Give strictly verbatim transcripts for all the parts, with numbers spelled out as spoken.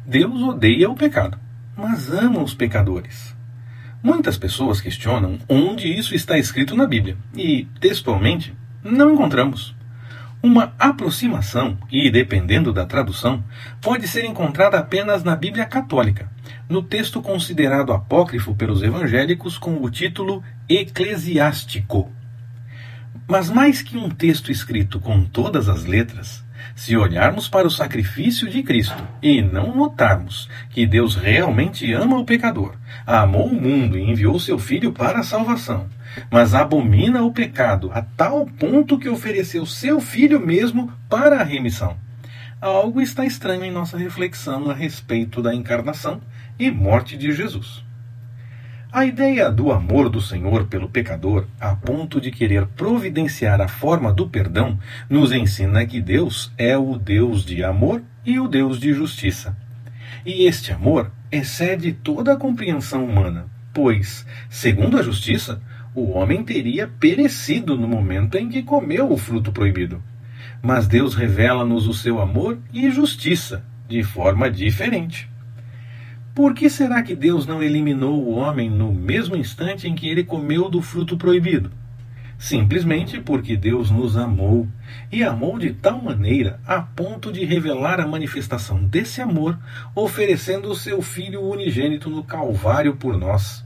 Deus odeia o pecado, mas ama os pecadores. Muitas pessoas questionam onde isso está escrito na Bíblia e, textualmente, não encontramos. Uma aproximação, e dependendo da tradução, pode ser encontrada apenas na Bíblia Católica, no texto considerado apócrifo pelos evangélicos com o título Eclesiástico. Mas mais que um texto escrito com todas as letras, se olharmos para o sacrifício de Cristo e não notarmos que Deus realmente ama o pecador, amou o mundo e enviou seu Filho para a salvação, mas abomina o pecado a tal ponto que ofereceu seu Filho mesmo para a remissão, algo está estranho em nossa reflexão a respeito da encarnação e morte de Jesus. A ideia do amor do Senhor pelo pecador, a ponto de querer providenciar a forma do perdão, nos ensina que Deus é o Deus de amor e o Deus de justiça. E este amor excede toda a compreensão humana, pois, segundo a justiça, o homem teria perecido no momento em que comeu o fruto proibido. Mas Deus revela-nos o seu amor e justiça, de forma diferente. Por que será que Deus não eliminou o homem no mesmo instante em que ele comeu do fruto proibido? Simplesmente porque Deus nos amou, e amou de tal maneira a ponto de revelar a manifestação desse amor, oferecendo o seu Filho unigênito no Calvário por nós.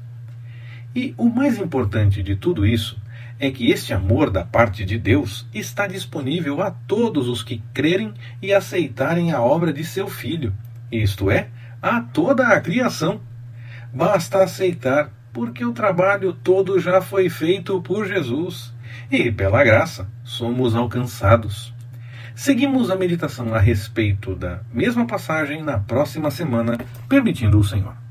E o mais importante de tudo isso é que este amor da parte de Deus está disponível a todos os que crerem e aceitarem a obra de seu Filho, isto é, a toda a criação. Basta aceitar, porque o trabalho todo já foi feito por Jesus, e pela graça somos alcançados. Seguimos a meditação a respeito da mesma passagem na próxima semana, permitindo o Senhor.